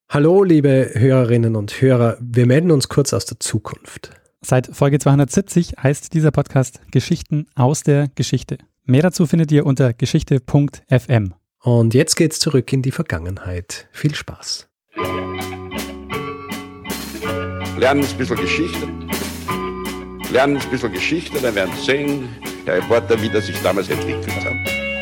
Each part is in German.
Hallo, liebe Hörerinnen und Hörer, wir melden uns kurz aus der Zukunft. Seit Folge 270 heißt dieser Podcast Geschichten aus der Geschichte. Mehr dazu findet ihr unter geschichte.fm. Und jetzt geht's zurück in die Vergangenheit. Viel Spaß. Lernen ein bisschen Geschichte. Lernen ein bisschen Geschichte, dann werden Sie sehen, Herr Reporter, wie das sich damals entwickelt hat.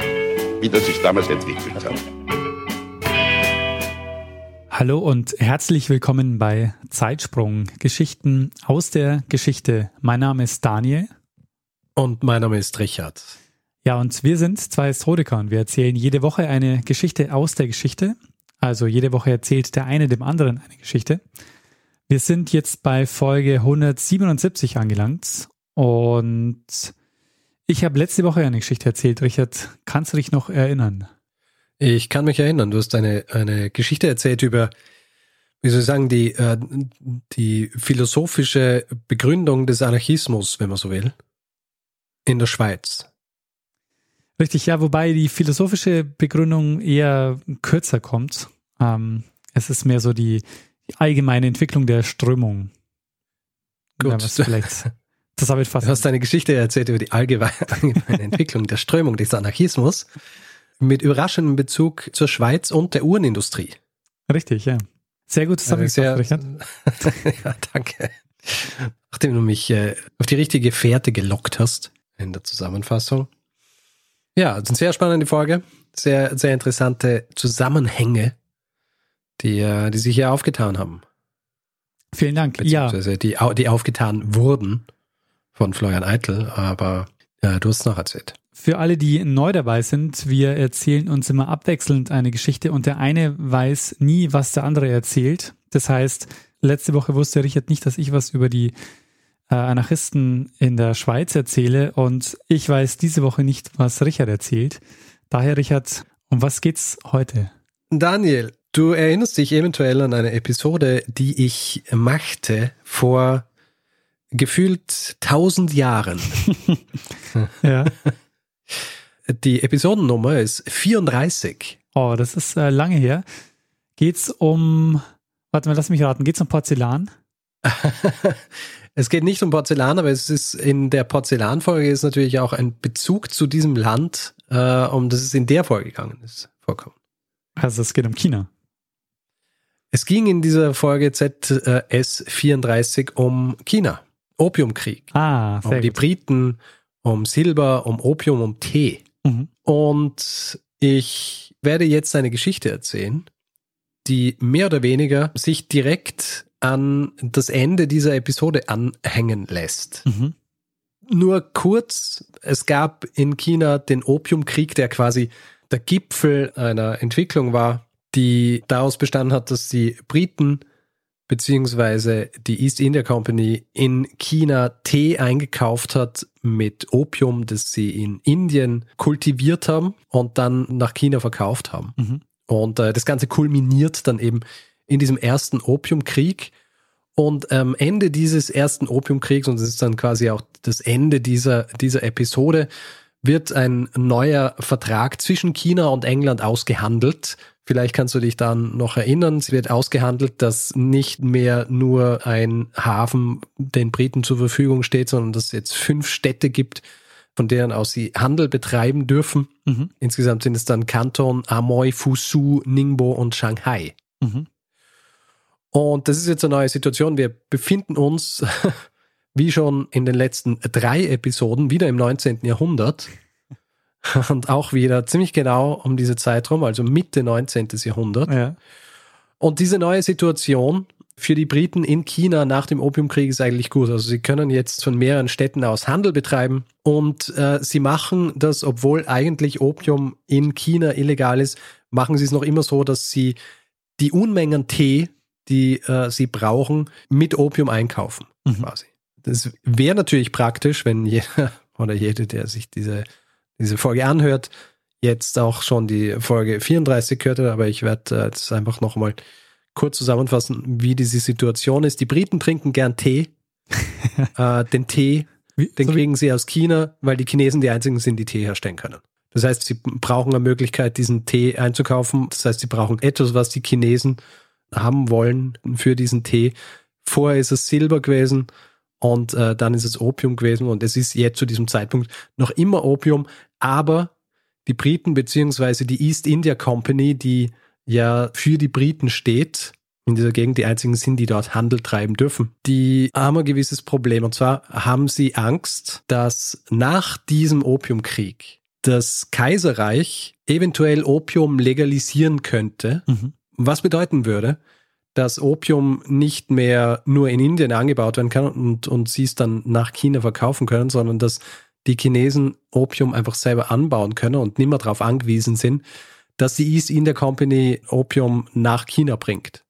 Hallo und herzlich willkommen bei Zeitsprung, Geschichten aus der Geschichte. Mein Name ist Daniel. Und mein Name ist Richard. Ja, und wir sind zwei Historiker und wir erzählen jede Woche eine Geschichte aus der Geschichte. Also jede Woche erzählt der eine dem anderen eine Geschichte. Wir sind jetzt bei Folge 177 angelangt und ich habe letzte Woche eine Geschichte erzählt. Richard, kannst du dich noch erinnern? Ich kann mich erinnern, du hast eine Geschichte erzählt über, wie soll ich sagen, die philosophische Begründung des Anarchismus, wenn man so will, in der Schweiz. Richtig, ja, wobei die philosophische Begründung eher kürzer kommt. Es ist mehr so die allgemeine Entwicklung der Strömung. Gut. Ja, das habe ich fast. Du hast eine Geschichte erzählt über die allgemeine Entwicklung der Strömung des Anarchismus mit überraschendem Bezug zur Schweiz und der Uhrenindustrie. Richtig, ja. Sehr gut zusammengefasst, Richard. Ja, danke. Nachdem du mich auf die richtige Fährte gelockt hast in der Zusammenfassung. Ja, es ist eine sehr spannende Folge. Sehr, sehr interessante Zusammenhänge, die sich hier aufgetan haben. Vielen Dank. Beziehungsweise die aufgetan wurden von Florian Eitel, aber du hast es noch erzählt. Für alle, die neu dabei sind, wir erzählen uns immer abwechselnd eine Geschichte und der eine weiß nie, was der andere erzählt. Das heißt, letzte Woche wusste Richard nicht, dass ich was über die Anarchisten in der Schweiz erzähle und ich weiß diese Woche nicht, was Richard erzählt. Daher, Richard, um was geht's heute? Daniel, du erinnerst dich eventuell an eine Episode, die ich machte vor gefühlt 1000 Jahren. Ja. Die Episodennummer ist 34. Oh, das ist lange her. Geht's um, warte mal, lass mich raten, geht's um Porzellan? Es geht nicht um Porzellan, aber es ist in der Porzellanfolge ist natürlich auch ein Bezug zu diesem Land, um das es in der Folge gegangen ist, vorkommen. Also es geht um China. Es ging in dieser Folge ZS34 um China. Opiumkrieg. Ah, sehr um die gut. Briten, um Silber, um Opium, um Tee. Mhm. Und ich werde jetzt eine Geschichte erzählen, die mehr oder weniger sich direkt an das Ende dieser Episode anhängen lässt. Mhm. Nur kurz, es gab in China den Opiumkrieg, der quasi der Gipfel einer Entwicklung war, die daraus bestanden hat, dass die Briten beziehungsweise die East India Company in China Tee eingekauft hat mit Opium, das sie in Indien kultiviert haben und dann nach China verkauft haben. Mhm. Und das Ganze kulminiert dann eben in diesem ersten Opiumkrieg. Und am Ende dieses ersten Opiumkriegs, und das ist dann quasi auch das Ende dieser Episode, wird ein neuer Vertrag zwischen China und England ausgehandelt. Vielleicht kannst du dich dann noch erinnern, es wird ausgehandelt, dass nicht mehr nur ein Hafen den Briten zur Verfügung steht, sondern dass es jetzt 5 Städte gibt, von deren aus sie Handel betreiben dürfen. Mhm. Insgesamt sind es dann Kanton, Amoy, Fuzhou, Ningbo und Shanghai. Mhm. Und das ist jetzt eine neue Situation. Wir befinden uns, wie schon in den letzten 3 Episoden, wieder im 19. Jahrhundert. Und auch wieder ziemlich genau um diese Zeit rum, also Mitte 19. Jahrhundert. Ja. Und diese neue Situation für die Briten in China nach dem Opiumkrieg ist eigentlich gut. Also sie können jetzt von mehreren Städten aus Handel betreiben und sie machen das, obwohl eigentlich Opium in China illegal ist, machen sie es noch immer so, dass sie die Unmengen Tee, die sie brauchen, mit Opium einkaufen. Mhm. Quasi. Das wäre natürlich praktisch, wenn jeder oder jede, der sich diese Folge anhört, jetzt auch schon die Folge 34 gehört hat, aber ich werde jetzt einfach nochmal kurz zusammenfassen, wie diese Situation ist. Die Briten trinken gern Tee. Den Tee, den kriegen sie aus China, weil die Chinesen die einzigen sind, die Tee herstellen können. Das heißt, sie brauchen eine Möglichkeit, diesen Tee einzukaufen. Das heißt, sie brauchen etwas, was die Chinesen haben wollen für diesen Tee. Vorher ist es Silber gewesen und dann ist es Opium gewesen und es ist jetzt zu diesem Zeitpunkt noch immer Opium, aber die Briten beziehungsweise die East India Company, die ja für die Briten steht, in dieser Gegend die einzigen sind, die dort Handel treiben dürfen, die haben ein gewisses Problem. Und zwar haben sie Angst, dass nach diesem Opiumkrieg das Kaiserreich eventuell Opium legalisieren könnte, was bedeuten würde, dass Opium nicht mehr nur in Indien angebaut werden kann und sie es dann nach China verkaufen können, sondern dass die Chinesen Opium einfach selber anbauen können und nicht mehr darauf angewiesen sind, dass die East India Company Opium nach China bringt.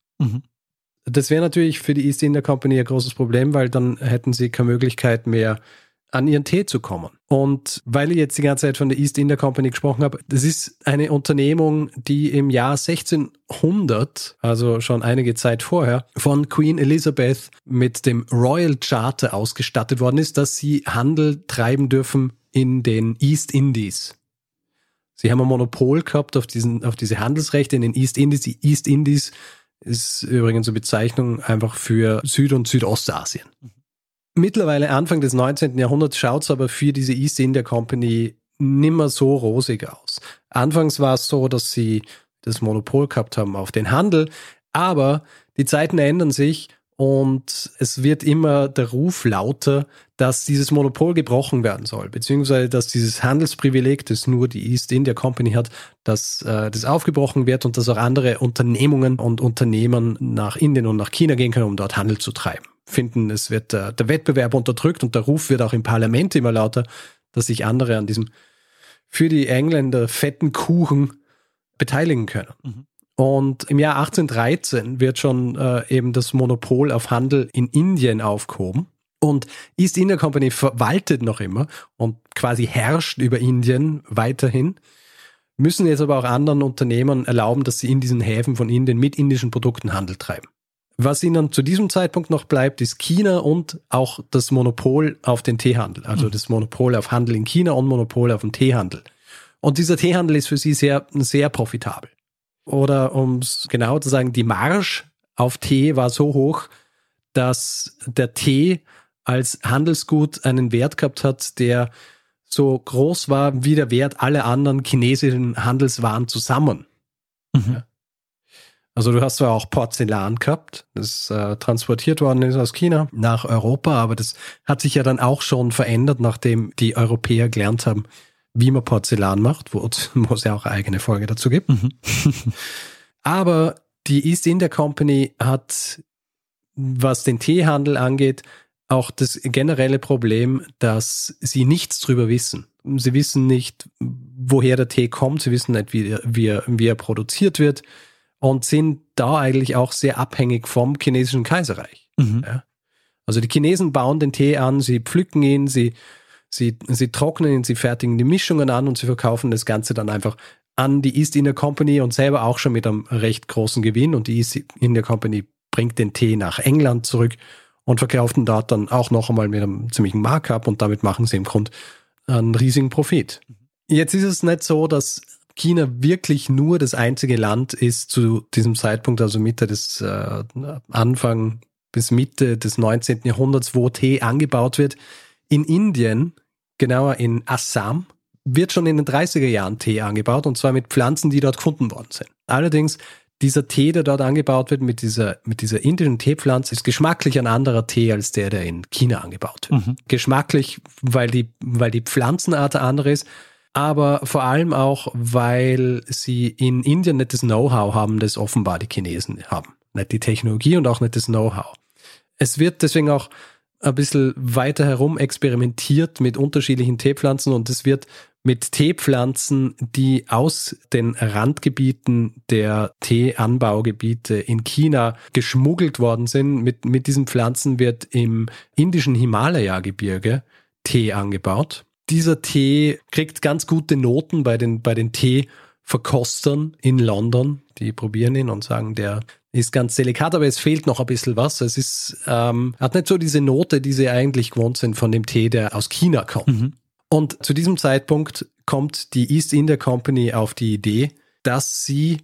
Das wäre natürlich für die East India Company ein großes Problem, weil dann hätten sie keine Möglichkeit mehr, an ihren Tee zu kommen. Und weil ich jetzt die ganze Zeit von der East India Company gesprochen habe, das ist eine Unternehmung, die im Jahr 1600, also schon einige Zeit vorher, von Queen Elizabeth mit dem Royal Charter ausgestattet worden ist, dass sie Handel treiben dürfen in den East Indies. Sie haben ein Monopol gehabt auf diese Handelsrechte in den East Indies. Die East Indies ist übrigens eine Bezeichnung einfach für Süd- und Südostasien. Mittlerweile Anfang des 19. Jahrhunderts schaut es aber für diese East India Company nimmer so rosig aus. Anfangs war es so, dass sie das Monopol gehabt haben auf den Handel, aber die Zeiten ändern sich und es wird immer der Ruf lauter, dass dieses Monopol gebrochen werden soll, beziehungsweise dass dieses Handelsprivileg, das nur die East India Company hat, dass das aufgebrochen wird und dass auch andere Unternehmungen und Unternehmen nach Indien und nach China gehen können, um dort Handel zu treiben. Finden, es wird der Wettbewerb unterdrückt und der Ruf wird auch im Parlament immer lauter, dass sich andere an diesem für die Engländer fetten Kuchen beteiligen können. Und im Jahr 1813 wird schon eben das Monopol auf Handel in Indien aufgehoben. Und East India Company verwaltet noch immer und quasi herrscht über Indien weiterhin, müssen jetzt aber auch anderen Unternehmern erlauben, dass sie in diesen Häfen von Indien mit indischen Produkten Handel treiben. Was ihnen zu diesem Zeitpunkt noch bleibt, ist China und auch das Monopol auf den Teehandel. Also das Monopol auf Handel in China und Monopol auf den Teehandel. Und dieser Teehandel ist für sie sehr, sehr profitabel. Oder um es genau zu sagen, die Marge auf Tee war so hoch, dass der Tee als Handelsgut einen Wert gehabt hat, der so groß war wie der Wert aller anderen chinesischen Handelswaren zusammen. Ja. Also du hast zwar auch Porzellan gehabt, das transportiert worden ist aus China nach Europa, aber das hat sich ja dann auch schon verändert, nachdem die Europäer gelernt haben, wie man Porzellan macht, wo es ja auch eine eigene Folge dazu gibt. Aber die East India Company hat, was den Teehandel angeht, auch das generelle Problem, dass sie nichts drüber wissen. Sie wissen nicht, woher der Tee kommt, sie wissen nicht, wie er produziert wird. Und sind da eigentlich auch sehr abhängig vom chinesischen Kaiserreich. Ja. Also die Chinesen bauen den Tee an, sie pflücken ihn, sie trocknen ihn, sie fertigen die Mischungen an und sie verkaufen das Ganze dann einfach an die East India Company und selber auch schon mit einem recht großen Gewinn. Und die East India Company bringt den Tee nach England zurück und verkauft ihn dort dann auch noch einmal mit einem ziemlichen Markup und damit machen sie im Grunde einen riesigen Profit. Jetzt ist es nicht so, dass China wirklich nur das einzige Land ist zu diesem Zeitpunkt, also Anfang bis Mitte des 19. Jahrhunderts, wo Tee angebaut wird. In Indien, genauer in Assam, wird schon in den 30er Jahren Tee angebaut und zwar mit Pflanzen, die dort gefunden worden sind. Allerdings, dieser Tee, der dort angebaut wird mit dieser indischen Teepflanze, ist geschmacklich ein anderer Tee als der in China angebaut wird. Geschmacklich, weil die Pflanzenart eine andere ist, aber vor allem auch, weil sie in Indien nicht das Know-how haben, das offenbar die Chinesen haben. Nicht die Technologie und auch nicht das Know-how. Es wird deswegen auch ein bisschen weiter herum experimentiert mit unterschiedlichen Teepflanzen und es wird mit Teepflanzen, die aus den Randgebieten der Teeanbaugebiete in China geschmuggelt worden sind. Mit diesen Pflanzen wird im indischen Himalaya-Gebirge Tee angebaut. Dieser Tee kriegt ganz gute Noten bei den Teeverkostern in London. Die probieren ihn und sagen, der ist ganz delikat, aber es fehlt noch ein bisschen was. Es ist, hat nicht so diese Note, die sie eigentlich gewohnt sind von dem Tee, der aus China kommt. Und zu diesem Zeitpunkt kommt die East India Company auf die Idee, dass sie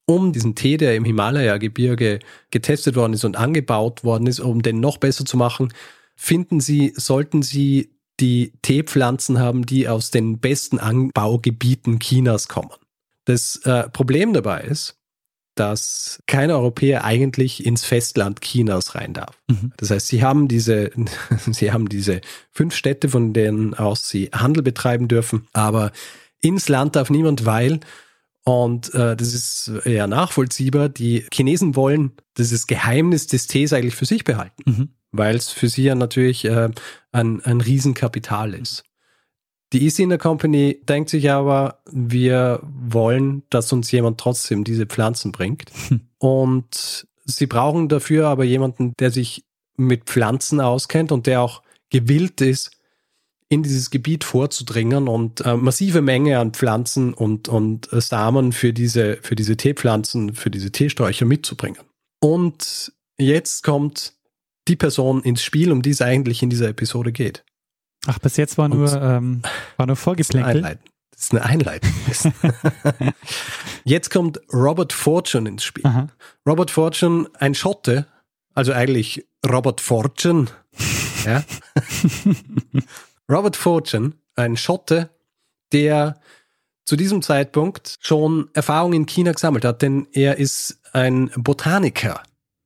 um diesen Tee, der im Himalaya-Gebirge getestet worden ist und angebaut worden ist, um den noch besser zu machen, sollten Sie die Teepflanzen haben, die aus den besten Anbaugebieten Chinas kommen. Das Problem dabei ist, dass kein Europäer eigentlich ins Festland Chinas rein darf. Das heißt, sie haben diese 5 Städte, von denen aus sie Handel betreiben dürfen, aber ins Land darf niemand, und das ist ja nachvollziehbar, die Chinesen wollen dieses Geheimnis des Tees eigentlich für sich behalten, weil es für sie ja natürlich ein Riesenkapital ist. Die East India Company denkt sich aber, wir wollen, dass uns jemand trotzdem diese Pflanzen bringt. Und sie brauchen dafür aber jemanden, der sich mit Pflanzen auskennt und der auch gewillt ist, in dieses Gebiet vorzudringen und massive Menge an Pflanzen und Samen für diese Teepflanzen, für diese Teesträucher mitzubringen. Und jetzt kommt die Person ins Spiel, um die es eigentlich in dieser Episode geht. Ach, bis jetzt war nur Vorgeplänkel. Das ist eine Einleitung. Jetzt kommt Robert Fortune ins Spiel. Aha. Robert Fortune, ein Schotte, also eigentlich Robert Fortune. Ja? Robert Fortune, ein Schotte, der zu diesem Zeitpunkt schon Erfahrung in China gesammelt hat, denn er ist ein Botaniker.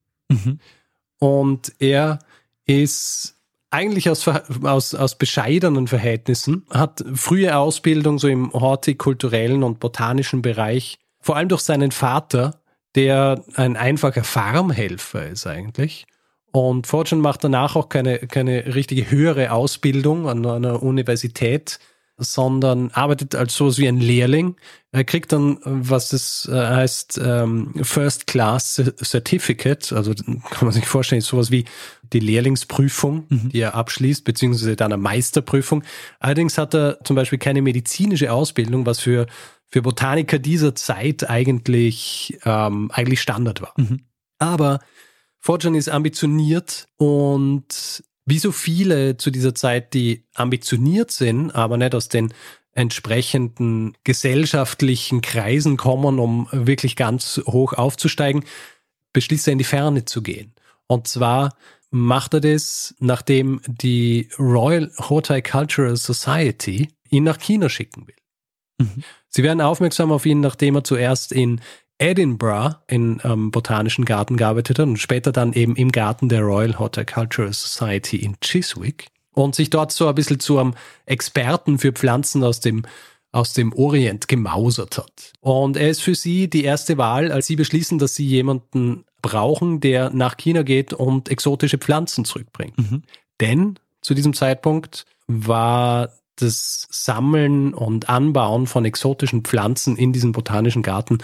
Und er ist eigentlich aus bescheidenen Verhältnissen, hat frühe Ausbildung so im hortikulturellen und botanischen Bereich, vor allem durch seinen Vater, der ein einfacher Farmhelfer ist eigentlich. Und Fortune macht danach auch keine richtige höhere Ausbildung an einer Universität, sondern arbeitet als sowas wie ein Lehrling. Er kriegt dann, was das heißt, First Class Certificate, also kann man sich vorstellen, sowas wie die Lehrlingsprüfung, die er abschließt, beziehungsweise dann eine Meisterprüfung. Allerdings hat er zum Beispiel keine medizinische Ausbildung, was für Botaniker dieser Zeit eigentlich Standard war. Aber Fortune ist ambitioniert und wie so viele zu dieser Zeit, die ambitioniert sind, aber nicht aus den entsprechenden gesellschaftlichen Kreisen kommen, um wirklich ganz hoch aufzusteigen, beschließt er in die Ferne zu gehen. Und zwar macht er das, nachdem die Royal Horticultural Society ihn nach China schicken will. Sie werden aufmerksam auf ihn, nachdem er zuerst in Edinburgh in Botanischen Garten gearbeitet hat und später dann eben im Garten der Royal Horticultural Society in Chiswick und sich dort so ein bisschen zu einem Experten für Pflanzen aus dem Orient gemausert hat. Und er ist für sie die erste Wahl, als sie beschließen, dass sie jemanden brauchen, der nach China geht und exotische Pflanzen zurückbringt. Denn zu diesem Zeitpunkt war das Sammeln und Anbauen von exotischen Pflanzen in diesem botanischen Garten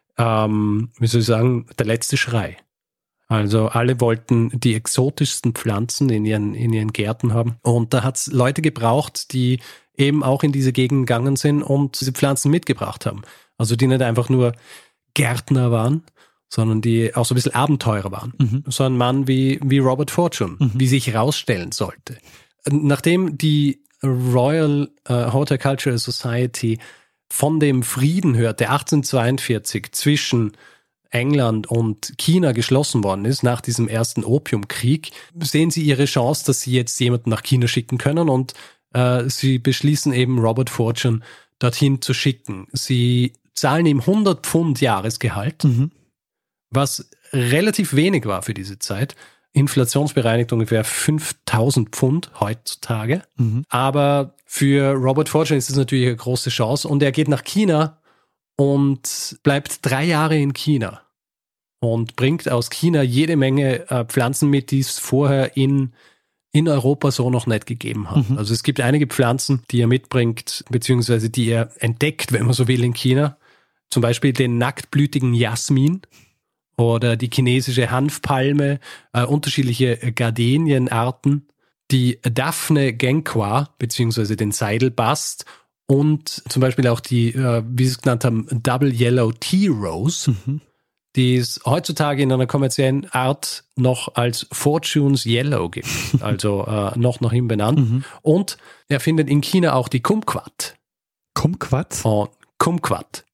wie soll ich sagen, der letzte Schrei. Also alle wollten die exotischsten Pflanzen in ihren Gärten haben. Und da hat es Leute gebraucht, die eben auch in diese Gegend gegangen sind und diese Pflanzen mitgebracht haben. Also die nicht einfach nur Gärtner waren, sondern die auch so ein bisschen Abenteurer waren. So ein Mann wie Robert Fortune, wie sich herausstellen sollte. Nachdem die Royal Horticultural Society von dem Frieden hört, der 1842 zwischen England und China geschlossen worden ist, nach diesem ersten Opiumkrieg, sehen sie ihre Chance, dass sie jetzt jemanden nach China schicken können und sie beschließen eben, Robert Fortune dorthin zu schicken. Sie zahlen ihm 100 Pfund Jahresgehalt, was relativ wenig war für diese Zeit. Inflationsbereinigt ungefähr 5.000 Pfund heutzutage. Aber für Robert Fortune ist das natürlich eine große Chance und er geht nach China und bleibt 3 Jahre in China und bringt aus China jede Menge Pflanzen mit, die es vorher in Europa so noch nicht gegeben hat. Also es gibt einige Pflanzen, die er mitbringt, beziehungsweise die er entdeckt, wenn man so will, in China. Zum Beispiel den nacktblütigen Jasmin oder die chinesische Hanfpalme, unterschiedliche Gardenienarten, die Daphne Genqua, beziehungsweise den Seidelbast und zum Beispiel auch die, wie sie es genannt haben, Double Yellow Tea Rose, die es heutzutage in einer kommerziellen Art noch als Fortune's Yellow gibt, also noch nach ihm benannt. Und er findet in China auch die Kumquat. Kumquat? Kumquat.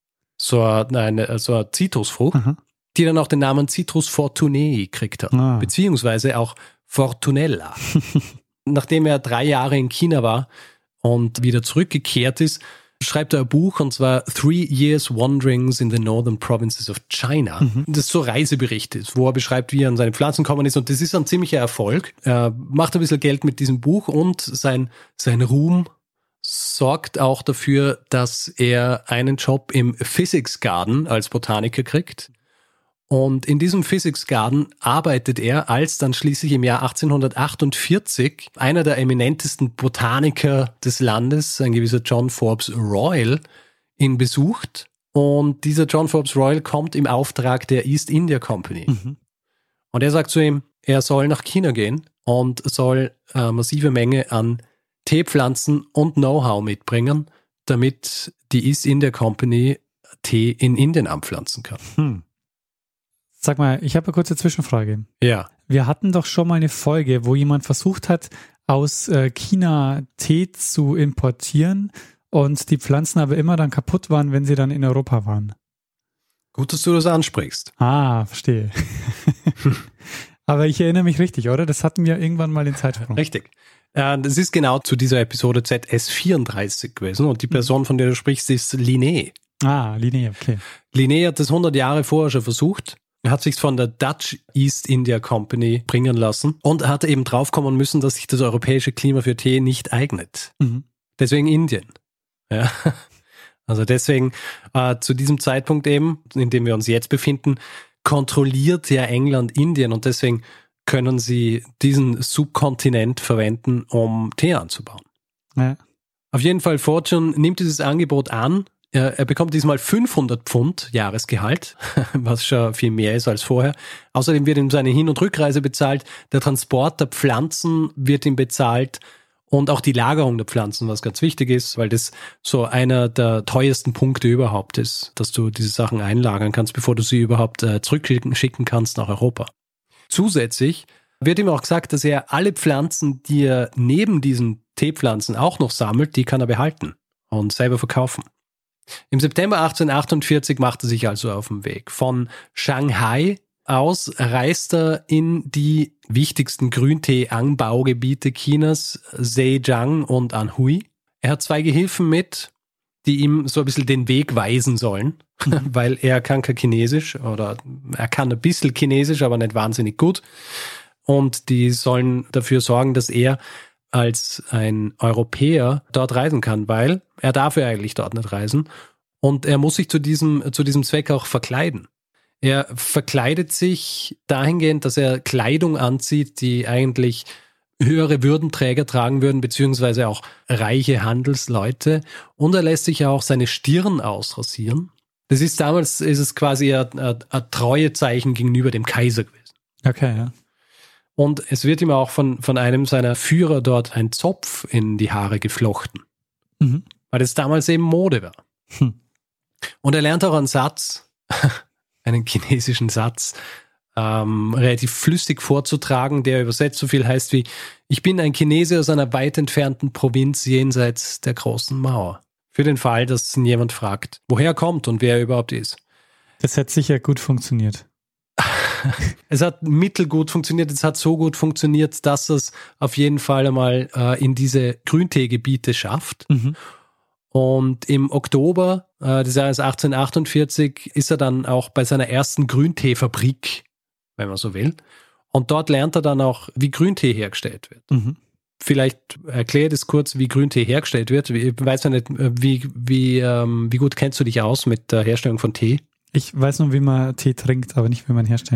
so eine Zitrusfrucht, die dann auch den Namen Citrus fortunei gekriegt hat, beziehungsweise auch Fortunella. Nachdem er 3 Jahre in China war und wieder zurückgekehrt ist, schreibt er ein Buch, und zwar 3 Years Wanderings in the Northern Provinces of China. Das ist so Reiseberichte, wo er beschreibt, wie er an seine Pflanzen gekommen ist, und das ist ein ziemlicher Erfolg. Er macht ein bisschen Geld mit diesem Buch, und sein Ruhm sorgt auch dafür, dass er einen Job im Physics Garden als Botaniker kriegt. Und in diesem Physics Garden arbeitet er, als dann schließlich im Jahr 1848 einer der eminentesten Botaniker des Landes, ein gewisser John Forbes Royal, ihn besucht. Und dieser John Forbes Royal kommt im Auftrag der East India Company. Und er sagt zu ihm, er soll nach China gehen und soll massive Menge an Teepflanzen und Know-how mitbringen, damit die East India Company Tee in Indien anpflanzen kann. Sag mal, ich habe eine kurze Zwischenfrage. Ja. Wir hatten doch schon mal eine Folge, wo jemand versucht hat, aus China Tee zu importieren und die Pflanzen aber immer dann kaputt waren, wenn sie dann in Europa waren. Gut, dass du das ansprichst. Verstehe. Aber ich erinnere mich richtig, oder? Das hatten wir irgendwann mal in Zeitsprung. Richtig. Das ist genau zu dieser Episode ZS34 gewesen, und die Person, von der du sprichst, ist Linné. Linné, okay. Linné hat das 100 Jahre vorher schon versucht. Er hat sich von der Dutch East India Company bringen lassen und hat eben draufkommen müssen, dass sich das europäische Klima für Tee nicht eignet. Deswegen Indien. Ja. Also deswegen zu diesem Zeitpunkt eben, in dem wir uns jetzt befinden, kontrolliert ja England Indien, und deswegen können sie diesen Subkontinent verwenden, um Tee anzubauen. Ja. Auf jeden Fall, Fortune nimmt dieses Angebot an. Er bekommt diesmal 500 Pfund Jahresgehalt, was schon viel mehr ist als vorher. Außerdem wird ihm seine Hin- und Rückreise bezahlt, der Transport der Pflanzen wird ihm bezahlt und auch die Lagerung der Pflanzen, was ganz wichtig ist, weil das so einer der teuersten Punkte überhaupt ist, dass du diese Sachen einlagern kannst, bevor du sie überhaupt zurückschicken kannst nach Europa. Zusätzlich wird ihm auch gesagt, dass er alle Pflanzen, die er neben diesen Teepflanzen auch noch sammelt, die kann er behalten und selber verkaufen. Im September 1848 macht er sich also auf den Weg. Von Shanghai aus reist er in die wichtigsten Grüntee-Anbaugebiete Chinas, Zhejiang und Anhui. Er hat 2 Gehilfen mit, die ihm so ein bisschen den Weg weisen sollen, weil er kann kein Chinesisch, oder er kann ein bisschen Chinesisch, aber nicht wahnsinnig gut. Und die sollen dafür sorgen, dass er als ein Europäer dort reisen kann, weil er darf ja eigentlich dort nicht reisen, und er muss sich zu diesem Zweck auch verkleiden. Er verkleidet sich dahingehend, dass er Kleidung anzieht, die eigentlich höhere Würdenträger tragen würden, beziehungsweise auch reiche Handelsleute, und er lässt sich ja auch seine Stirn ausrasieren. Damals ist es quasi ein Treuezeichen gegenüber dem Kaiser gewesen. Okay, ja. Und es wird ihm auch von einem seiner Führer dort ein Zopf in die Haare geflochten. Weil das damals eben Mode war. Und er lernt auch einen Satz, einen chinesischen Satz, relativ flüssig vorzutragen, der übersetzt so viel heißt wie: Ich bin ein Chinese aus einer weit entfernten Provinz jenseits der großen Mauer. Für den Fall, dass ihn jemand fragt, woher er kommt und wer er überhaupt ist. Das hat sicher gut funktioniert. Es hat mittelgut funktioniert, es hat so gut funktioniert, dass es auf jeden Fall einmal in diese Grünteegebiete schafft. Und im Oktober des Jahres 1848 ist er dann auch bei seiner ersten Grünteefabrik, wenn man so will. Und dort lernt er dann auch, wie Grüntee hergestellt wird. Vielleicht erkläre das kurz, wie Grüntee hergestellt wird. Ich weiß ja nicht, wie gut kennst du dich aus mit der Herstellung von Tee? Ich weiß nur, wie man Tee trinkt, aber nicht, wie man herstellt.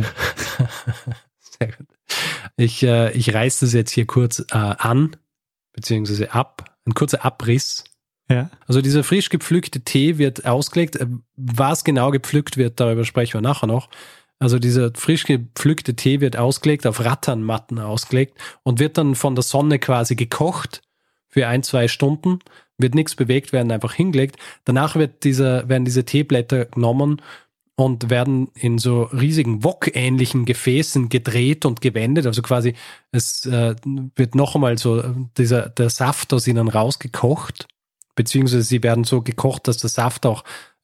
Sehr gut. Ich reiße das jetzt hier kurz an, beziehungsweise ab. Ein kurzer Abriss. Ja. Also dieser frisch gepflückte Tee wird ausgelegt. Was genau gepflückt wird, darüber sprechen wir nachher noch. Also dieser frisch gepflückte Tee wird ausgelegt, auf Rattanmatten ausgelegt und wird dann von der Sonne quasi gekocht für 1-2 Stunden. Wird nichts bewegt, werden einfach hingelegt. Danach werden diese Teeblätter genommen und werden in so riesigen Wok-ähnlichen Gefäßen gedreht und gewendet. Also quasi, es wird noch einmal so der Saft aus ihnen rausgekocht, beziehungsweise sie werden so gekocht, dass der Saft auch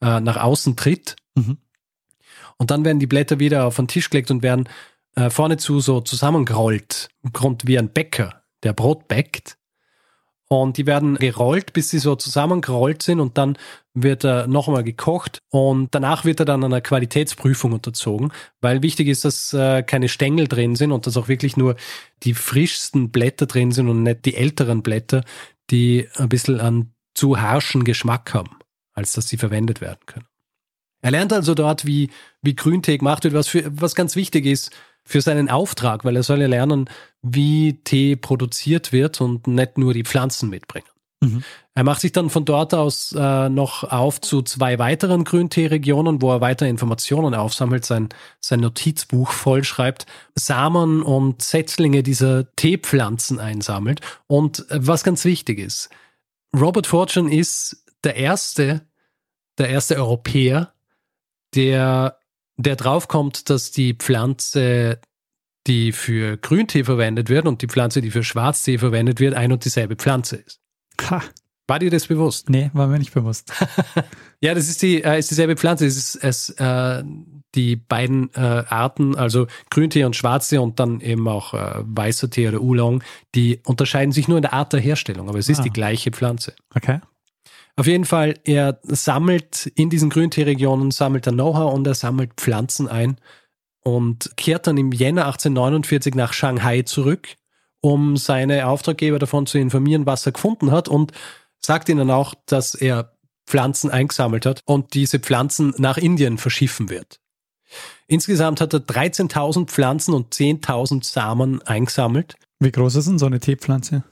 nach außen tritt. Mhm. Und dann werden die Blätter wieder auf den Tisch gelegt und werden vorne zu so zusammengerollt, kommt wie ein Bäcker, der Brot bäckt. Und die werden gerollt, bis sie so zusammengerollt sind und dann wird er noch einmal gekocht und danach wird er dann einer Qualitätsprüfung unterzogen, weil wichtig ist, dass keine Stängel drin sind und dass auch wirklich nur die frischsten Blätter drin sind und nicht die älteren Blätter, die ein bisschen einen zu harschen Geschmack haben, als dass sie verwendet werden können. Er lernt also dort, wie Grüntee gemacht wird, was ganz wichtig ist für seinen Auftrag, weil er soll ja lernen, wie Tee produziert wird und nicht nur die Pflanzen mitbringen. Mhm. Er macht sich dann von dort aus noch auf zu 2 weiteren Grüntee-Regionen, wo er weiter Informationen aufsammelt, sein Notizbuch vollschreibt, Samen und Setzlinge dieser Teepflanzen einsammelt. Und was ganz wichtig ist, Robert Fortune ist der erste Europäer, der draufkommt, dass die Pflanze, die für Grüntee verwendet wird und die Pflanze, die für Schwarztee verwendet wird, ein und dieselbe Pflanze ist. Ha. War dir das bewusst? Nee, war mir nicht bewusst. Ja, das ist dieselbe Pflanze. Es ist die beiden Arten, also Grüntee und Schwarztee und dann eben auch weißer Tee oder Oolong, die unterscheiden sich nur in der Art der Herstellung, aber es ist die gleiche Pflanze. Okay. Auf jeden Fall, er sammelt in diesen Grüntee-Regionen, sammelt er Know-how und er sammelt Pflanzen ein und kehrt dann im Jänner 1849 nach Shanghai zurück, um seine Auftraggeber davon zu informieren, was er gefunden hat und sagt ihnen auch, dass er Pflanzen eingesammelt hat und diese Pflanzen nach Indien verschiffen wird. Insgesamt hat er 13.000 Pflanzen und 10.000 Samen eingesammelt. Wie groß ist denn so eine Teepflanze?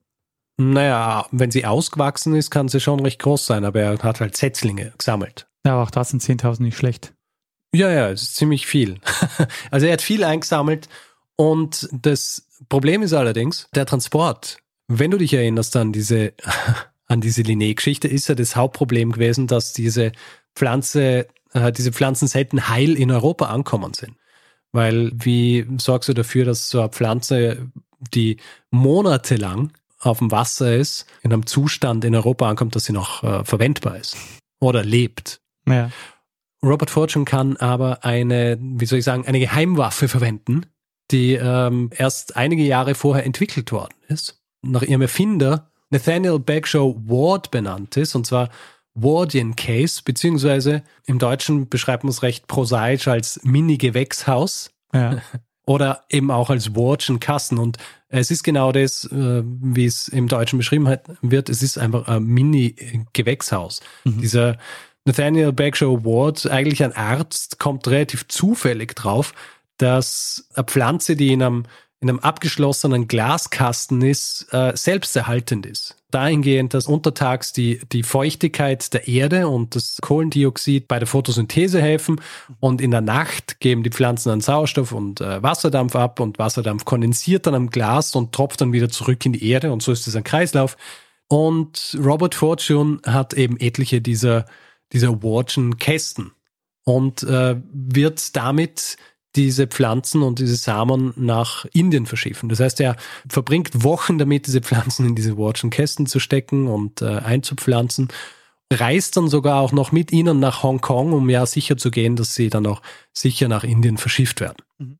Naja, wenn sie ausgewachsen ist, kann sie schon recht groß sein, aber er hat halt Setzlinge gesammelt. Ja, aber auch das sind 10.000 nicht schlecht. Ja, es ist ziemlich viel. Also er hat viel eingesammelt und das Problem ist allerdings der Transport. Wenn du dich erinnerst an diese Linné-Geschichte, ist ja das Hauptproblem gewesen, dass diese Pflanzen selten heil in Europa ankommen sind. Weil wie sorgst du dafür, dass so eine Pflanze, die monatelang auf dem Wasser ist, in einem Zustand in Europa ankommt, dass sie noch verwendbar ist oder lebt. Ja. Robert Fortune kann aber eine Geheimwaffe verwenden, die erst einige Jahre vorher entwickelt worden ist, nach ihrem Erfinder Nathaniel Bagshaw Ward benannt ist, und zwar Wardian Case, beziehungsweise im Deutschen beschreibt man es recht prosaisch als Mini-Gewächshaus. Ja. Oder eben auch als Wardschen Kasten. Und es ist genau das, wie es im Deutschen beschrieben wird. Es ist einfach ein Mini-Gewächshaus. Mhm. Dieser Nathaniel Bagshaw Ward, eigentlich ein Arzt, kommt relativ zufällig drauf, dass eine Pflanze, die in einem abgeschlossenen Glaskasten ist, selbsterhaltend ist. Dahingehend, dass untertags die Feuchtigkeit der Erde und das Kohlendioxid bei der Photosynthese helfen und in der Nacht geben die Pflanzen dann Sauerstoff und Wasserdampf ab und Wasserdampf kondensiert dann am Glas und tropft dann wieder zurück in die Erde und so ist es ein Kreislauf. Und Robert Fortune hat eben etliche dieser Wardschen Kästen und wird damit diese Pflanzen und diese Samen nach Indien verschiffen. Das heißt, er verbringt Wochen damit, diese Pflanzen in diese Wardschen Kästen zu stecken und einzupflanzen, reist dann sogar auch noch mit ihnen nach Hongkong, um ja sicher zu gehen, dass sie dann auch sicher nach Indien verschifft werden. Mhm.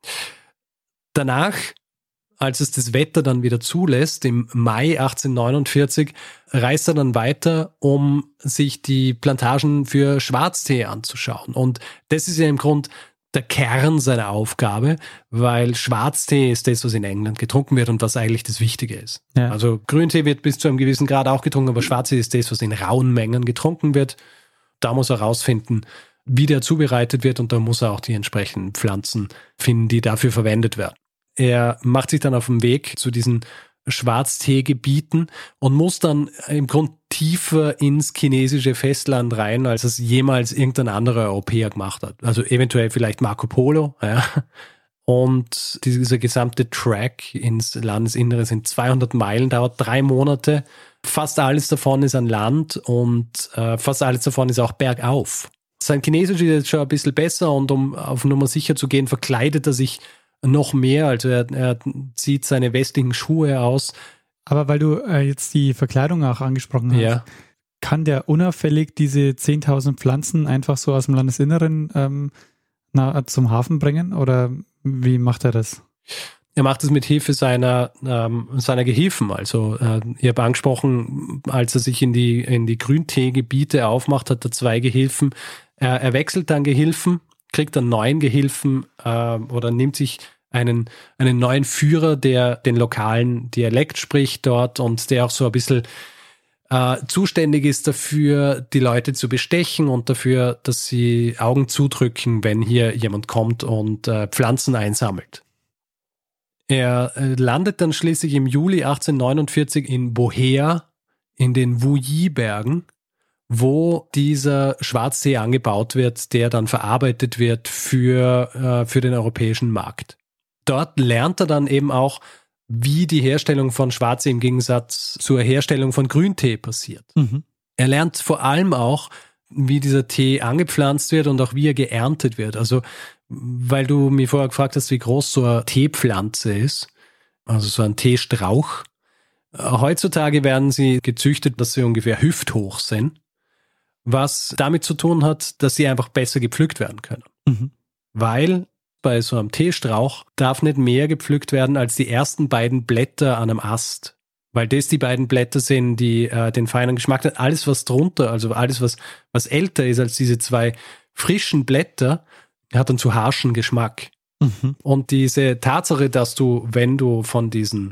Danach, als es das Wetter dann wieder zulässt, im Mai 1849, reist er dann weiter, um sich die Plantagen für Schwarztee anzuschauen. Und das ist ja im Grunde der Kern seiner Aufgabe, weil Schwarztee ist das, was in England getrunken wird und was eigentlich das Wichtige ist. Ja. Also Grüntee wird bis zu einem gewissen Grad auch getrunken, aber Schwarztee ist das, was in rauen Mengen getrunken wird. Da muss er rausfinden, wie der zubereitet wird und da muss er auch die entsprechenden Pflanzen finden, die dafür verwendet werden. Er macht sich dann auf den Weg zu diesen Schwarzteegebieten und muss dann im Grunde tiefer ins chinesische Festland rein, als es jemals irgendein anderer Europäer gemacht hat. Also eventuell vielleicht Marco Polo. Ja. Und dieser gesamte Track ins Landesinnere sind 200 Meilen, dauert 3 Monate. Fast alles davon ist an Land und fast alles davon ist auch bergauf. Sein Chinesisch ist jetzt schon ein bisschen besser und um auf Nummer sicher zu gehen, verkleidet er sich noch mehr, also er zieht seine westlichen Schuhe aus. Aber weil du jetzt die Verkleidung auch angesprochen hast, kann der unauffällig diese 10.000 Pflanzen einfach so aus dem Landesinneren zum Hafen bringen? Oder wie macht er das? Er macht es mit Hilfe seiner Gehilfen. Also ich habe angesprochen, als er sich in die Grünteegebiete aufmacht, hat er 2 Gehilfen. Er wechselt dann Gehilfen, kriegt dann 9 Gehilfen oder nimmt sich einen neuen Führer, der den lokalen Dialekt spricht dort und der auch so ein bisschen zuständig ist dafür, die Leute zu bestechen und dafür, dass sie Augen zudrücken, wenn hier jemand kommt und Pflanzen einsammelt. Er landet dann schließlich im Juli 1849 in Bohea in den Wuyi-Bergen, wo dieser Schwarztee angebaut wird, der dann verarbeitet wird für den europäischen Markt. Dort lernt er dann eben auch, wie die Herstellung von Schwarztee im Gegensatz zur Herstellung von Grüntee passiert. Mhm. Er lernt vor allem auch, wie dieser Tee angepflanzt wird und auch wie er geerntet wird. Also, weil du mich vorher gefragt hast, wie groß so eine Teepflanze ist, also so ein Teestrauch. Heutzutage werden sie gezüchtet, dass sie ungefähr hüfthoch sind, was damit zu tun hat, dass sie einfach besser gepflückt werden können. Mhm. Weil bei so einem Teestrauch darf nicht mehr gepflückt werden als die ersten beiden Blätter an einem Ast. Weil das die beiden Blätter sind, die den feinen Geschmack haben. Alles, was drunter, also alles, was älter ist als diese 2 frischen Blätter, hat einen zu harschen Geschmack. Mhm. Und diese Tatsache, dass du, wenn du von diesen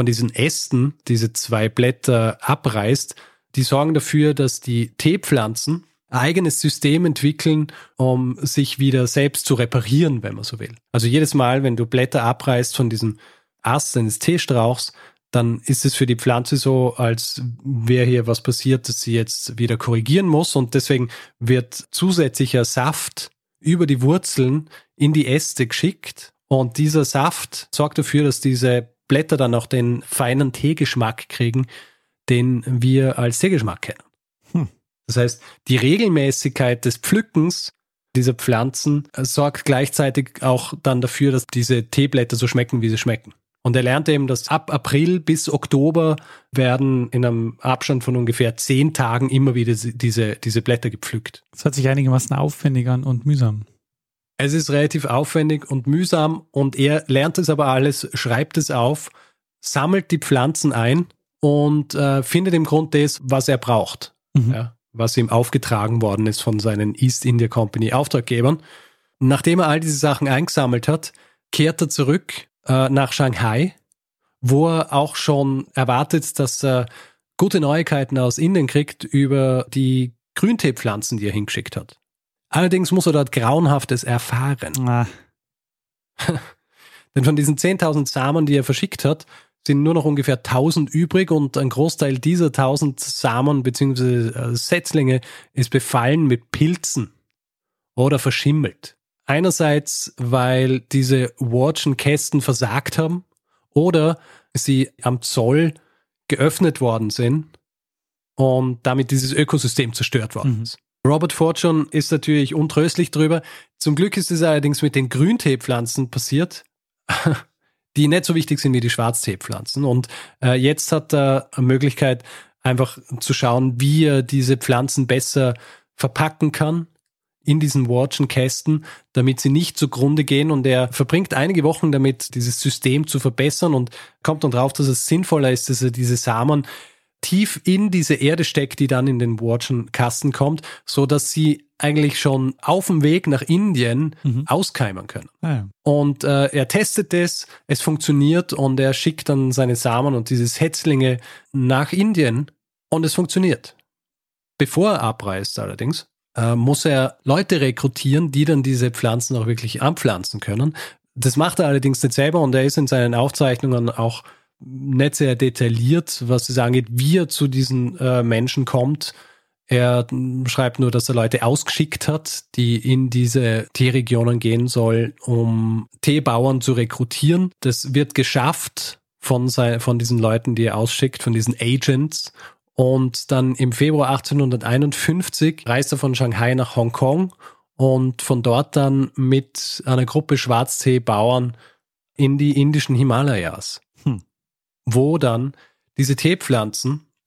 Ästen diese 2 Blätter abreißt, die sorgen dafür, dass die Teepflanzen ein eigenes System entwickeln, um sich wieder selbst zu reparieren, wenn man so will. Also jedes Mal, wenn du Blätter abreißt von diesem Ast eines Teestrauchs, dann ist es für die Pflanze so, als wäre hier was passiert, das sie jetzt wieder korrigieren muss, und deswegen wird zusätzlicher Saft über die Wurzeln in die Äste geschickt, und dieser Saft sorgt dafür, dass diese Blätter dann auch den feinen Teegeschmack kriegen, den wir als Teegeschmack kennen. Das heißt, die Regelmäßigkeit des Pflückens dieser Pflanzen sorgt gleichzeitig auch dann dafür, dass diese Teeblätter so schmecken, wie sie schmecken. Und er lernt eben, dass ab April bis Oktober werden in einem Abstand von ungefähr 10 Tagen immer wieder diese Blätter gepflückt. Das hört sich einigermaßen aufwendig an und mühsam. Es ist relativ aufwendig und mühsam, und er lernt es aber alles, schreibt es auf, sammelt die Pflanzen ein und findet im Grunde das, was er braucht. Mhm. Ja, was ihm aufgetragen worden ist von seinen East India Company Auftraggebern. Nachdem er all diese Sachen eingesammelt hat, kehrt er zurück nach Shanghai, wo er auch schon erwartet, dass er gute Neuigkeiten aus Indien kriegt über die Grünteepflanzen, die er hingeschickt hat. Allerdings muss er dort Grauenhaftes erfahren. Denn von diesen 10.000 Samen, die er verschickt hat, sind nur noch ungefähr 1.000 übrig, und ein Großteil dieser 1.000 Samen bzw. Setzlinge ist befallen mit Pilzen oder verschimmelt. Einerseits, weil diese Wardschen Kästen versagt haben oder sie am Zoll geöffnet worden sind und damit dieses Ökosystem zerstört worden ist. Robert Fortune ist natürlich untröstlich drüber. Zum Glück ist es allerdings mit den Grünteepflanzen passiert, die nicht so wichtig sind wie die Schwarzteepflanzen. Und jetzt hat er eine Möglichkeit, einfach zu schauen, wie er diese Pflanzen besser verpacken kann in diesen Wardschen Kästen, damit sie nicht zugrunde gehen. Und er verbringt einige Wochen damit, dieses System zu verbessern, und kommt dann drauf, dass es sinnvoller ist, dass er diese Samen tief in diese Erde steckt, die dann in den Wardschen Kasten kommt, so dass sie eigentlich schon auf dem Weg nach Indien auskeimen können. Und er testet es funktioniert, und er schickt dann seine Samen und diese Setzlinge nach Indien, und es funktioniert. Bevor er abreist allerdings, muss er Leute rekrutieren, die dann diese Pflanzen auch wirklich anpflanzen können. Das macht er allerdings nicht selber, und er ist in seinen Aufzeichnungen auch nicht sehr detailliert, was es angeht, wie er zu diesen Menschen kommt. Er schreibt nur, dass er Leute ausgeschickt hat, die in diese Teeregionen gehen sollen, um Teebauern zu rekrutieren. Das wird geschafft von diesen Leuten, die er ausschickt, von diesen Agents. Und dann im Februar 1851 reist er von Shanghai nach Hongkong und von dort dann mit einer Gruppe Schwarzteebauern in die indischen Himalayas, wo dann diese Teepflanzen,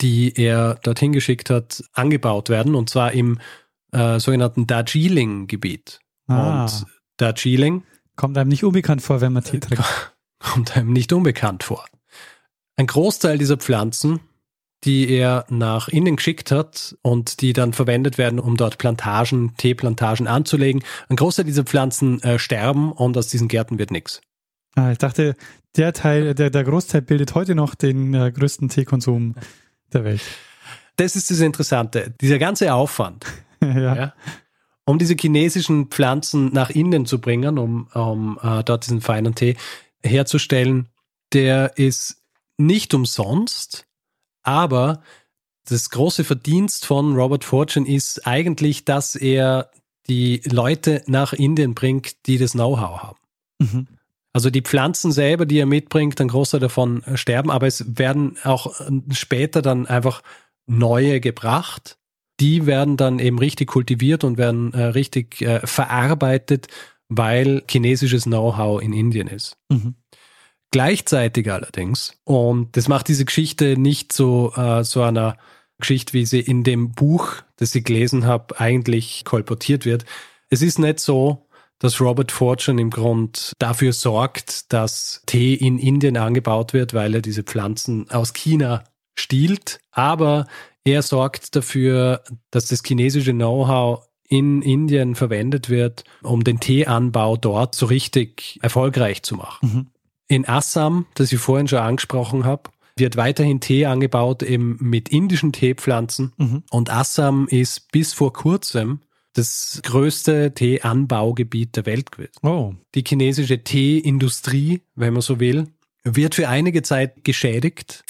die er dorthin geschickt hat, angebaut werden, und zwar im sogenannten Darjeeling-Gebiet. Und Darjeeling kommt einem nicht unbekannt vor, wenn man Tee trinkt. Kommt einem nicht unbekannt vor. Ein Großteil dieser Pflanzen, die er nach Indien geschickt hat und die dann verwendet werden, um dort Teeplantagen anzulegen, ein Großteil dieser Pflanzen sterben und aus diesen Gärten wird nichts. Ich dachte, der Großteil bildet heute noch den größten Teekonsum der Welt. Das ist das Interessante. Dieser ganze Aufwand, ja, um diese chinesischen Pflanzen nach Indien zu bringen, um dort diesen feinen Tee herzustellen, der ist nicht umsonst, aber das große Verdienst von Robert Fortune ist eigentlich, dass er die Leute nach Indien bringt, die das Know-how haben. Mhm. Also die Pflanzen selber, die er mitbringt, ein Großteil davon sterben, aber es werden auch später dann einfach neue gebracht. Die werden dann eben richtig kultiviert und werden richtig verarbeitet, weil chinesisches Know-how in Indien ist. Mhm. Gleichzeitig allerdings, und das macht diese Geschichte nicht so einer Geschichte, wie sie in dem Buch, das ich gelesen habe, eigentlich kolportiert wird. Es ist nicht so, dass Robert Fortune im Grund dafür sorgt, dass Tee in Indien angebaut wird, weil er diese Pflanzen aus China stiehlt. Aber er sorgt dafür, dass das chinesische Know-how in Indien verwendet wird, um den Teeanbau dort so richtig erfolgreich zu machen. Mhm. In Assam, das ich vorhin schon angesprochen habe, wird weiterhin Tee angebaut, eben mit indischen Teepflanzen. Mhm. Und Assam ist bis vor kurzem das größte Teeanbaugebiet der Welt gewesen. Oh. Die chinesische Teeindustrie, wenn man so will, wird für einige Zeit geschädigt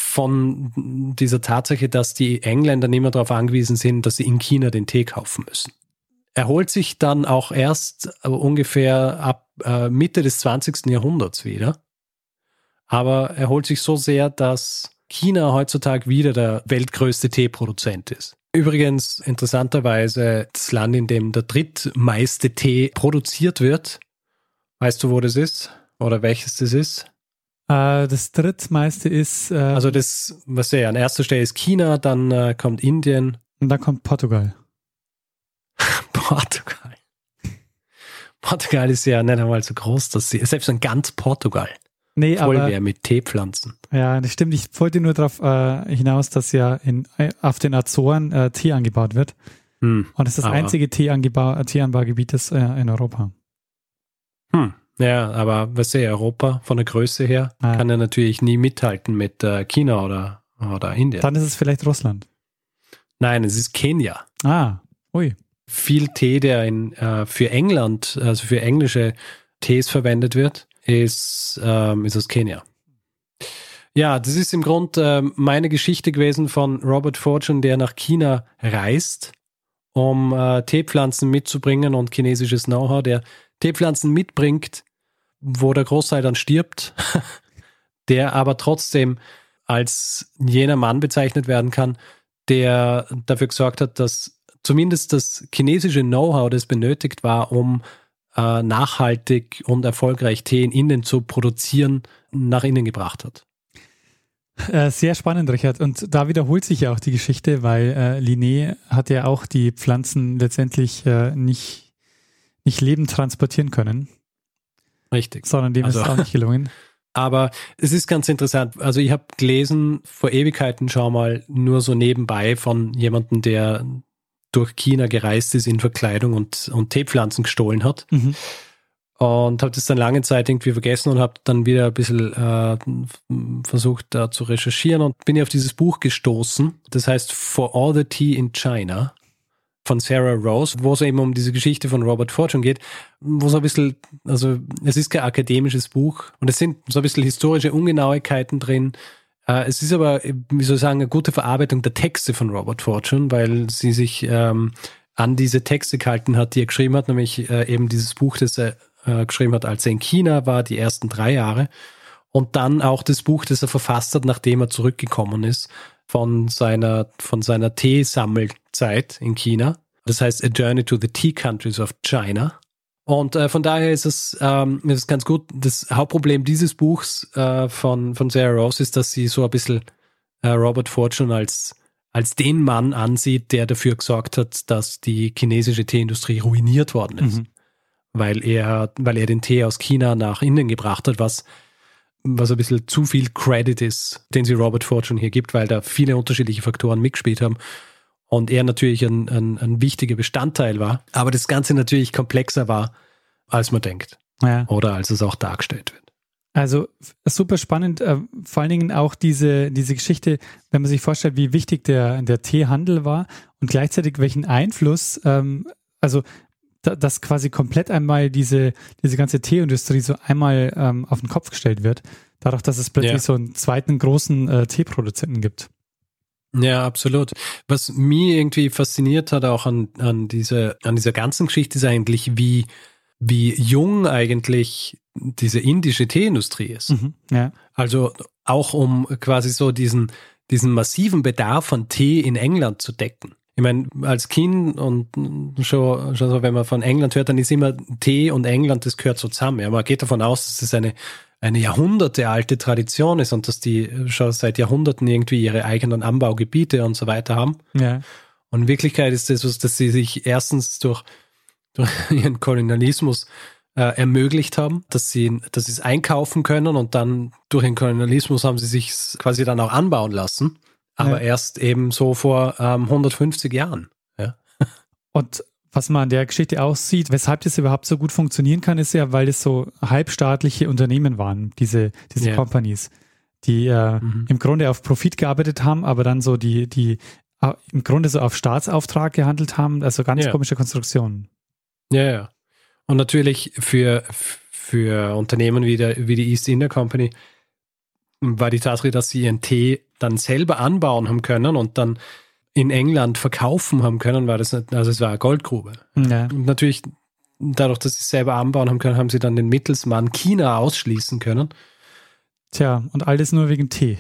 von dieser Tatsache, dass die Engländer nicht mehr darauf angewiesen sind, dass sie in China den Tee kaufen müssen. Erholt sich dann auch erst ungefähr ab Mitte des 20. Jahrhunderts wieder. Aber er holt sich so sehr, dass China heutzutage wieder der weltgrößte Teeproduzent ist. Übrigens interessanterweise das Land, in dem der drittmeiste Tee produziert wird. Weißt du, wo das ist? Oder welches das ist? Das drittmeiste ist... also das, was an erster Stelle ist China, dann kommt Indien. Und dann kommt Portugal. Portugal. Portugal ist ja nicht einmal so groß, dass sie, selbst in ganz Portugal. Nee, voll aber, wäre mit Teepflanzen. Ja, das stimmt. Ich wollte nur darauf hinaus, dass ja auf den Azoren Tee angebaut wird. Und das ist das einzige Teeanbaugebiet in Europa. Ja, aber was Europa von der Größe her kann ja natürlich nie mithalten mit China oder Indien. Dann ist es vielleicht Russland. Nein, es ist Kenia. Ui. Viel Tee, der für England, also für englische Tees verwendet wird, ist aus Kenia. Ja, das ist im Grund meine Geschichte gewesen von Robert Fortune, der nach China reist, um Teepflanzen mitzubringen und chinesisches Know-how, der Teepflanzen mitbringt, wo der Großteil dann stirbt, der aber trotzdem als jener Mann bezeichnet werden kann, der dafür gesorgt hat, dass zumindest das chinesische Know-how, das benötigt war, um nachhaltig und erfolgreich Tee in Indien zu produzieren, nach Indien gebracht hat. Sehr spannend, Richard. Und da wiederholt sich ja auch die Geschichte, weil Linné hat ja auch die Pflanzen letztendlich nicht lebend transportieren können. Richtig. Sondern dem ist es auch nicht gelungen. Aber es ist ganz interessant. Also ich habe gelesen, vor Ewigkeiten, schau mal, nur so nebenbei von jemandem, der durch China gereist ist in Verkleidung und Teepflanzen gestohlen hat. Mhm. Und habe das dann lange Zeit irgendwie vergessen und habe dann wieder ein bisschen versucht da zu recherchieren und bin auf dieses Buch gestoßen. Das heißt For All the Tea in China von Sarah Rose, wo es eben um diese Geschichte von Robert Fortune geht, wo so ein bisschen, also es ist kein akademisches Buch und es sind so ein bisschen historische Ungenauigkeiten drin. Es ist aber, wie soll ich sagen, eine gute Verarbeitung der Texte von Robert Fortune, weil sie sich an diese Texte gehalten hat, die er geschrieben hat, nämlich eben dieses Buch, das er geschrieben hat, als er in China war, die ersten 3 Jahre. Und dann auch das Buch, das er verfasst hat, nachdem er zurückgekommen ist von seiner Teesammelzeit in China. Das heißt A Journey to the Tea Countries of China. Und von daher ist es ganz gut. Das Hauptproblem dieses Buchs von Sarah Rose ist, dass sie so ein bisschen Robert Fortune als als den Mann ansieht, der dafür gesorgt hat, dass die chinesische Teeindustrie ruiniert worden ist. Weil er den Tee aus China nach Indien gebracht hat, was ein bisschen zu viel Credit ist, den sie Robert Fortune hier gibt, weil da viele unterschiedliche Faktoren mitgespielt haben und er natürlich ein wichtiger Bestandteil war, aber das Ganze natürlich komplexer war, als man denkt. Ja. Oder als es auch dargestellt wird. Also super spannend, vor allen Dingen auch diese Geschichte, wenn man sich vorstellt, wie wichtig der Teehandel war und gleichzeitig welchen Einfluss, dass quasi komplett einmal diese ganze Teeindustrie so einmal auf den Kopf gestellt wird, dadurch, dass es plötzlich so einen zweiten großen Teeproduzenten gibt. Ja, absolut. Was mich irgendwie fasziniert hat auch an dieser ganzen Geschichte ist eigentlich, wie jung eigentlich diese indische Teeindustrie ist. Ja. Also auch um quasi so diesen massiven Bedarf an Tee in England zu decken. Ich meine, als Kind und schon so, wenn man von England hört, dann ist immer Tee und England, das gehört so zusammen. Ja, man geht davon aus, dass es eine jahrhundertealte Tradition ist und dass die schon seit Jahrhunderten irgendwie ihre eigenen Anbaugebiete und so weiter haben. Ja. Und in Wirklichkeit ist das was, dass sie sich erstens durch ihren Kolonialismus ermöglicht haben, dass sie es einkaufen können und dann durch den Kolonialismus haben sie sich quasi dann auch anbauen lassen. Aber erst eben so vor 150 Jahren. Ja. Und was man an der Geschichte auch sieht, weshalb das überhaupt so gut funktionieren kann, ist ja, weil es so halbstaatliche Unternehmen waren, diese Companies, die im Grunde auf Profit gearbeitet haben, aber dann so die im Grunde so auf Staatsauftrag gehandelt haben. Also ganz komische Konstruktionen. Ja. Und natürlich für Unternehmen wie die East India Company war die Tatsache, dass sie ihren Tee dann selber anbauen haben können und dann in England verkaufen haben können, es war eine Goldgrube. Ja. Und natürlich, dadurch, dass sie es selber anbauen haben können, haben sie dann den Mittelsmann China ausschließen können. Tja, und alles nur wegen Tee.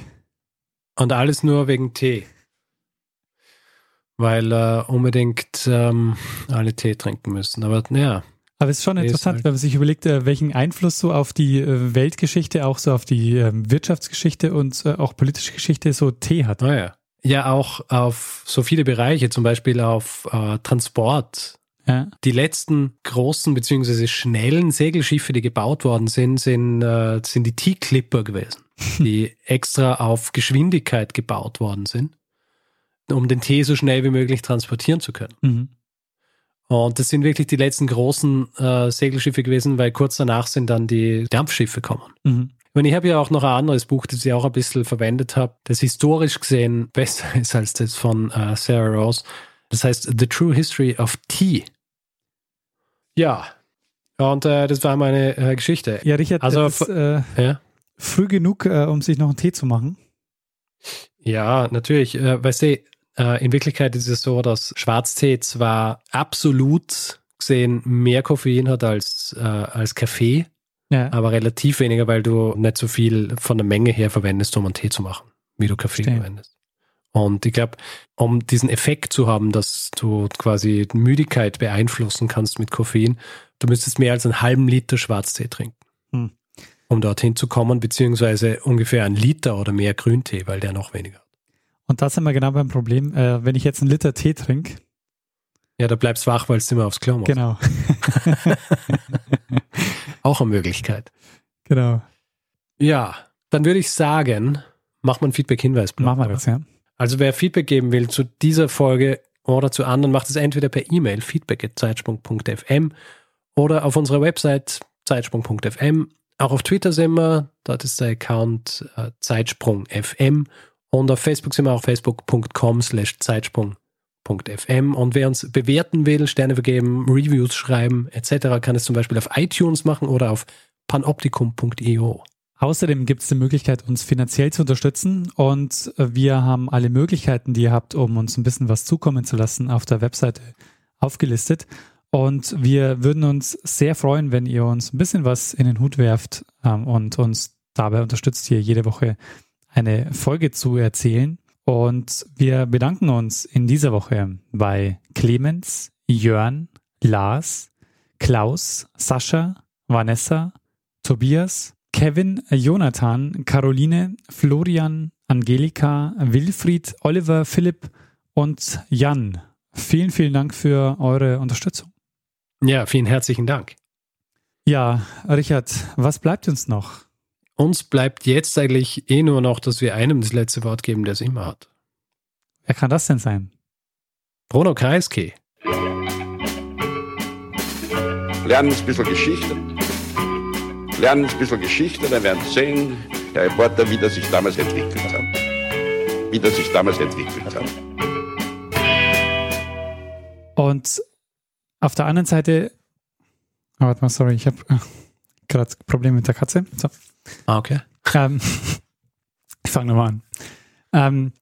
Weil unbedingt alle Tee trinken müssen. Aber ja. Aber es ist schon interessant, wenn man sich überlegt, welchen Einfluss so auf die Weltgeschichte, auch so auf die Wirtschaftsgeschichte und auch politische Geschichte so Tee hat. Oh ja. Ja, auch auf so viele Bereiche, zum Beispiel auf Transport. Ja. Die letzten großen bzw. schnellen Segelschiffe, die gebaut worden sind die Tea Clipper gewesen, die extra auf Geschwindigkeit gebaut worden sind, um den Tee so schnell wie möglich transportieren zu können. Und das sind wirklich die letzten großen Segelschiffe gewesen, weil kurz danach sind dann die Dampfschiffe gekommen. Ich habe ja auch noch ein anderes Buch, das ich auch ein bisschen verwendet habe, das historisch gesehen besser ist als das von Sarah Rose. Das heißt The True History of Tea. Ja, und das war meine Geschichte. Ja, Richard, also, das ist früh genug, um sich noch einen Tee zu machen. Ja, natürlich. Weißt du, in Wirklichkeit ist es so, dass Schwarztee zwar absolut gesehen mehr Koffein hat als Kaffee, aber relativ weniger, weil du nicht so viel von der Menge her verwendest, um einen Tee zu machen, wie du Kaffee verwendest. Und ich glaube, um diesen Effekt zu haben, dass du quasi Müdigkeit beeinflussen kannst mit Koffein, du müsstest mehr als einen halben Liter Schwarztee trinken, um dorthin zu kommen, beziehungsweise ungefähr 1 Liter oder mehr Grüntee, weil der noch weniger hat. Und da sind wir genau beim Problem, wenn ich jetzt 1 Liter Tee trinke. Ja, da bleibst du wach, weil du immer aufs Klo musst. Genau. Auch eine Möglichkeit. Genau. Ja, dann würde ich sagen, mach mal einen Feedback-Hinweis-Block. Machen wir das, ja. Also wer Feedback geben will zu dieser Folge oder zu anderen, macht es entweder per E-Mail feedback@zeitsprung.fm oder auf unserer Website zeitsprung.fm. Auch auf Twitter sind wir, dort ist der Account zeitsprung.fm. Und auf Facebook sind wir auch facebook.com/zeitsprung.fm. Und wer uns bewerten will, Sterne vergeben, Reviews schreiben etc., kann es zum Beispiel auf iTunes machen oder auf panoptikum.io. Außerdem gibt es die Möglichkeit, uns finanziell zu unterstützen. Und wir haben alle Möglichkeiten, die ihr habt, um uns ein bisschen was zukommen zu lassen, auf der Webseite aufgelistet. Und wir würden uns sehr freuen, wenn ihr uns ein bisschen was in den Hut werft und uns dabei unterstützt, hier jede Woche eine Folge zu erzählen. Und wir bedanken uns in dieser Woche bei Clemens, Jörn, Lars, Klaus, Sascha, Vanessa, Tobias, Kevin, Jonathan, Caroline, Florian, Angelika, Wilfried, Oliver, Philipp und Jan. Vielen, vielen Dank für eure Unterstützung. Ja, vielen herzlichen Dank. Ja, Richard, was bleibt uns noch? Uns bleibt jetzt eigentlich nur noch, dass wir einem das letzte Wort geben, der es immer hat. Wer kann das denn sein? Bruno Kreisky. Lernen ein bisschen Geschichte. Lernen ein bisschen Geschichte, dann werden Sie sehen, der Reporter, wie das sich damals entwickelt hat. Wie das sich damals entwickelt hat. Und auf der anderen Seite, warte mal, sorry, ich habe gerade Probleme mit der Katze. So. Okay. Ich fange nochmal an.